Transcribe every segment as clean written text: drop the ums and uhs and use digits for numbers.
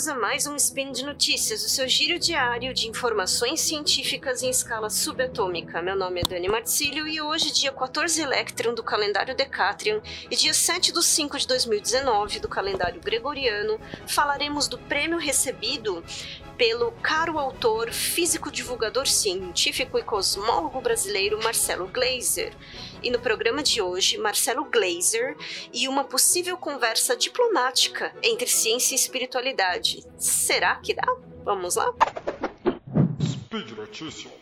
bem-vindos a mais um Spin de Notícias, o seu giro diário de informações científicas em escala subatômica. Meu nome é Dani Marcílio e hoje, dia 14 Electron do calendário Decatrian e dia 7/5 de 2019 do calendário Gregoriano, falaremos do prêmio recebido pelo caro autor, físico divulgador científico e cosmólogo brasileiro Marcelo Gleiser. E no programa de hoje, Marcelo Gleiser e uma possível conversa diplomática entre ciência e espiritualidade. Será que dá? Vamos lá? Speed Notícias.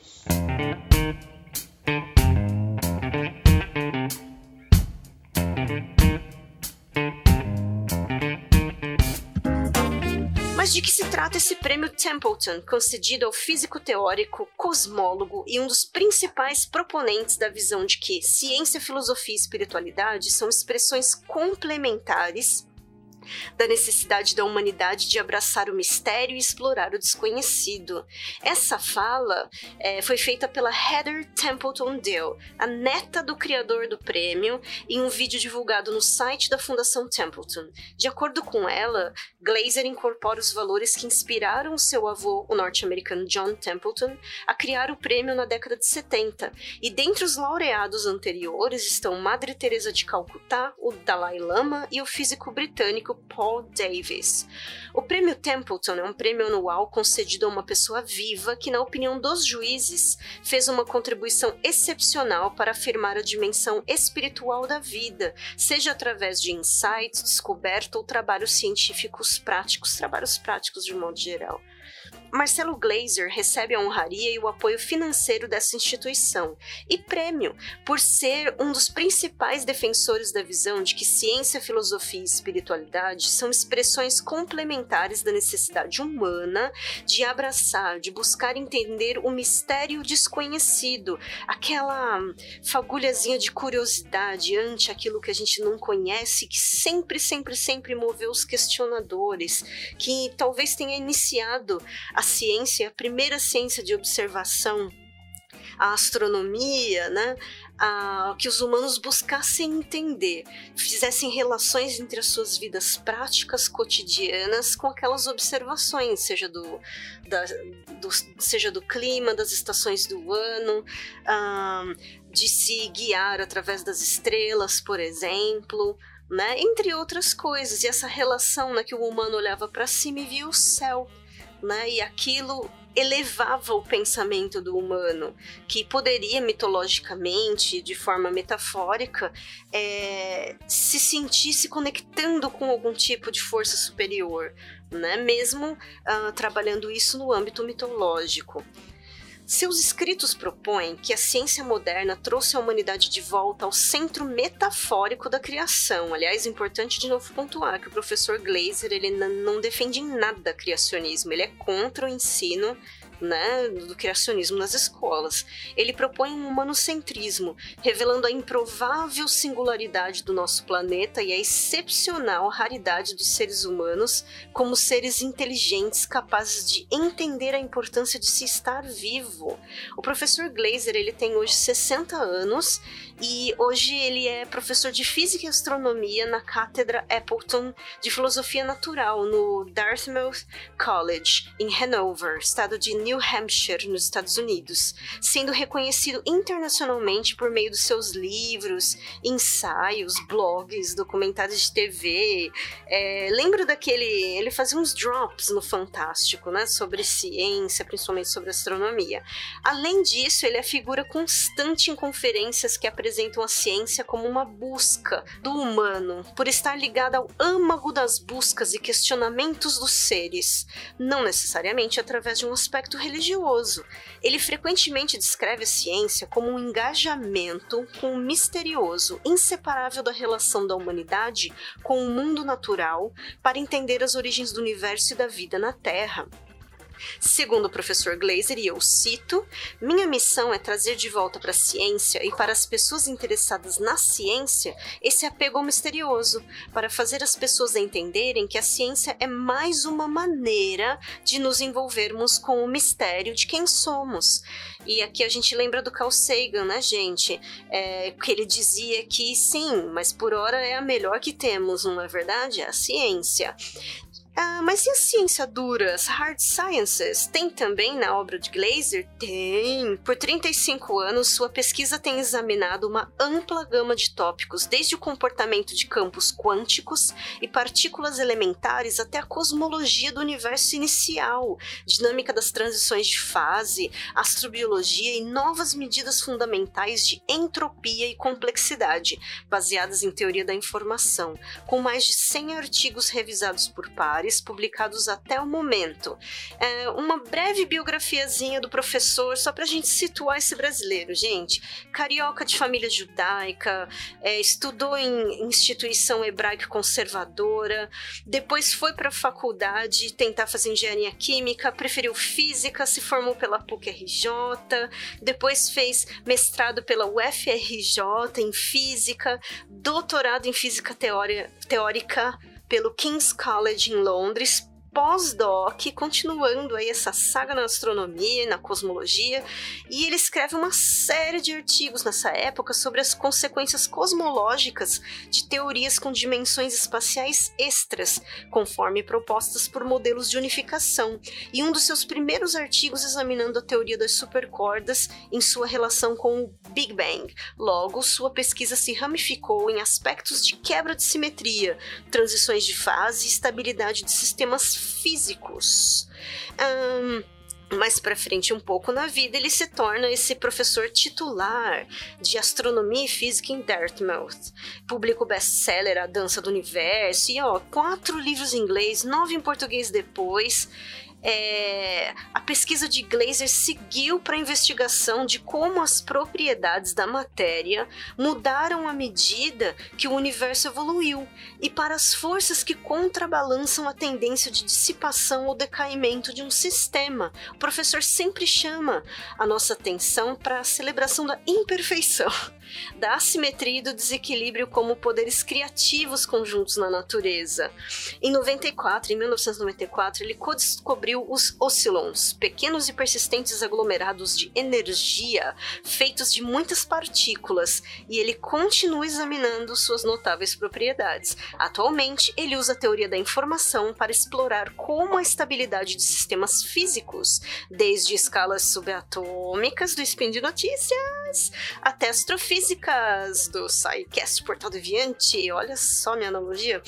Mas de que se trata esse prêmio Templeton, concedido ao físico teórico, cosmólogo e um dos principais proponentes da visão de que ciência, filosofia e espiritualidade são expressões complementares da necessidade da humanidade de abraçar o mistério e explorar o desconhecido. Essa fala foi feita pela Heather Templeton Dill, a neta do criador do prêmio, em um vídeo divulgado no site da Fundação Templeton. De acordo com ela, Gleiser incorpora os valores que inspiraram seu avô, o norte-americano John Templeton, a criar o prêmio na década de 70. E dentre os laureados anteriores estão Madre Teresa de Calcutá, o Dalai Lama e o físico britânico Paul Davies. O prêmio Templeton é um prêmio anual concedido a uma pessoa viva que, na opinião dos juízes, fez uma contribuição excepcional para afirmar a dimensão espiritual da vida, seja através de insights, descoberta ou trabalhos científicos práticos, trabalhos práticos de modo geral. Marcelo Gleiser recebe a honraria e o apoio financeiro dessa instituição e prêmio por ser um dos principais defensores da visão de que ciência, filosofia e espiritualidade são expressões complementares da necessidade humana de abraçar, de buscar entender o mistério desconhecido, aquela fagulhazinha de curiosidade ante aquilo que a gente não conhece, que sempre moveu os questionadores, que talvez tenha iniciado a ciência, a primeira ciência de observação, a astronomia, né? Que os humanos buscassem entender, fizessem relações entre as suas vidas práticas cotidianas com aquelas observações, seja do clima, das estações do ano, de se guiar através das estrelas, por exemplo, né? Entre outras coisas. E essa relação, né, que o humano olhava para cima e via o céu, né? E aquilo elevava o pensamento do humano, que poderia mitologicamente, de forma metafórica, se sentir se conectando com algum tipo de força superior, né? Mesmo trabalhando isso no âmbito mitológico. Seus escritos propõem que a ciência moderna trouxe a humanidade de volta ao centro metafórico da criação. Aliás, é importante de novo pontuar que o professor Gleiser ele não defende em nada criacionismo, ele é contra o ensino, né, do criacionismo nas escolas. Ele propõe um humanocentrismo, revelando a improvável singularidade do nosso planeta e a excepcional raridade dos seres humanos como seres inteligentes capazes de entender a importância de se estar vivo. O professor Gleiser ele tem hoje 60 anos e hoje ele é professor de Física e Astronomia na Cátedra Appleton de Filosofia Natural no Dartmouth College, em Hanover, estado de New Hampshire, nos Estados Unidos, sendo reconhecido internacionalmente por meio dos seus livros, ensaios, blogs, documentários de TV. Lembro ele fazia uns drops no Fantástico, né, sobre ciência, principalmente sobre astronomia. Além disso, ele é figura constante em conferências que apresentam a ciência como uma busca do humano, por estar ligada ao âmago das buscas e questionamentos dos seres, não necessariamente através de um aspecto religioso. Ele frequentemente descreve a ciência como um engajamento com o misterioso, inseparável da relação da humanidade com o mundo natural para entender as origens do universo e da vida na Terra. Segundo o professor Gleiser, e eu cito, minha missão é trazer de volta para a ciência e para as pessoas interessadas na ciência esse apego ao misterioso, para fazer as pessoas entenderem que a ciência é mais uma maneira de nos envolvermos com o mistério de quem somos. E aqui a gente lembra do Carl Sagan, né, gente? Que ele dizia que sim, mas por hora é a melhor que temos, não é verdade? É a ciência. Mas e a ciência dura, as hard sciences? Tem também na obra de Glaser? Tem! Por 35 anos, sua pesquisa tem examinado uma ampla gama de tópicos, desde o comportamento de campos quânticos e partículas elementares até a cosmologia do universo inicial, dinâmica das transições de fase, astrobiologia e novas medidas fundamentais de entropia e complexidade, baseadas em teoria da informação, com mais de 100 artigos revisados por pares, publicados até o momento. Uma breve biografiazinha do professor, só pra gente situar esse brasileiro, gente. Carioca de família judaica, estudou em instituição hebraica conservadora, depois foi pra faculdade tentar fazer engenharia química, preferiu física, se formou pela PUC-RJ, depois fez mestrado pela UFRJ em física, doutorado em física teórica pelo King's College em Londres, pós-doc, continuando aí essa saga na astronomia e na cosmologia, e ele escreve uma série de artigos nessa época sobre as consequências cosmológicas de teorias com dimensões espaciais extras, conforme propostas por modelos de unificação, e um dos seus primeiros artigos examinando a teoria das supercordas em sua relação com o Big Bang. Logo, sua pesquisa se ramificou em aspectos de quebra de simetria, transições de fase e estabilidade de sistemas físicos. Mais pra frente um pouco na vida, ele se torna esse professor titular de astronomia e física em Dartmouth. Publica o best-seller A Dança do Universo e 4 livros em inglês, 9 em português depois. A pesquisa de Glaser seguiu para a investigação de como as propriedades da matéria mudaram à medida que o universo evoluiu e para as forças que contrabalançam a tendência de dissipação ou decaimento de um sistema. O professor sempre chama a nossa atenção para a celebração da imperfeição, da assimetria e do desequilíbrio como poderes criativos conjuntos na natureza. Em 1994, ele descobriu os oscilons, pequenos e persistentes aglomerados de energia feitos de muitas partículas, e ele continua examinando suas notáveis propriedades. Atualmente, ele usa a teoria da informação para explorar como a estabilidade de sistemas físicos, desde escalas subatômicas do Spin de Notícias até astrofísicas do SciCast Portal Deviante. Olha só minha analogia.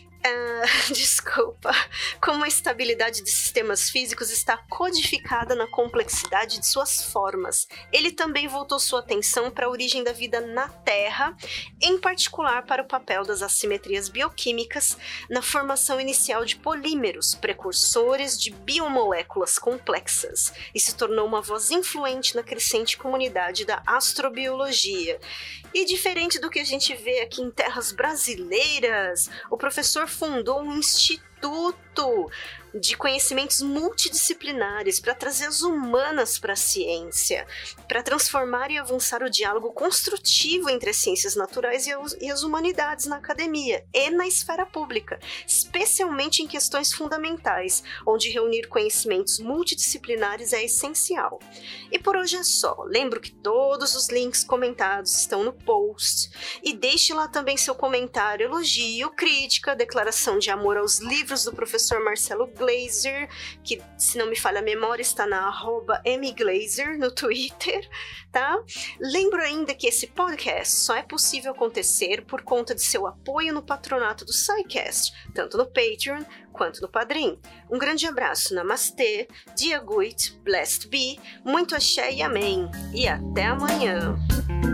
Como a estabilidade de sistemas físicos está codificada na complexidade de suas formas. Ele também voltou sua atenção para a origem da vida na Terra, em particular para o papel das assimetrias bioquímicas na formação inicial de polímeros, precursores de biomoléculas complexas, e se tornou uma voz influente na crescente comunidade da astrobiologia. E diferente do que a gente vê aqui em terras brasileiras, o professor fundou um instituto de conhecimentos multidisciplinares para trazer as humanas para a ciência, para transformar e avançar o diálogo construtivo entre as ciências naturais e as humanidades na academia e na esfera pública, especialmente em questões fundamentais, onde reunir conhecimentos multidisciplinares é essencial. E por hoje é só. Lembro que todos os links comentados estão no post, e deixe lá também seu comentário, elogio, crítica, declaração de amor aos livros do professor Marcelo Glaser, que, se não me falha a memória, está na @mglaser no Twitter, tá? Lembro ainda que esse podcast só é possível acontecer por conta de seu apoio no patronato do SciCast, tanto no Patreon quanto no Padrim. Um grande abraço, namastê, dia gut, blessed be, muito axé e amém, e até amanhã!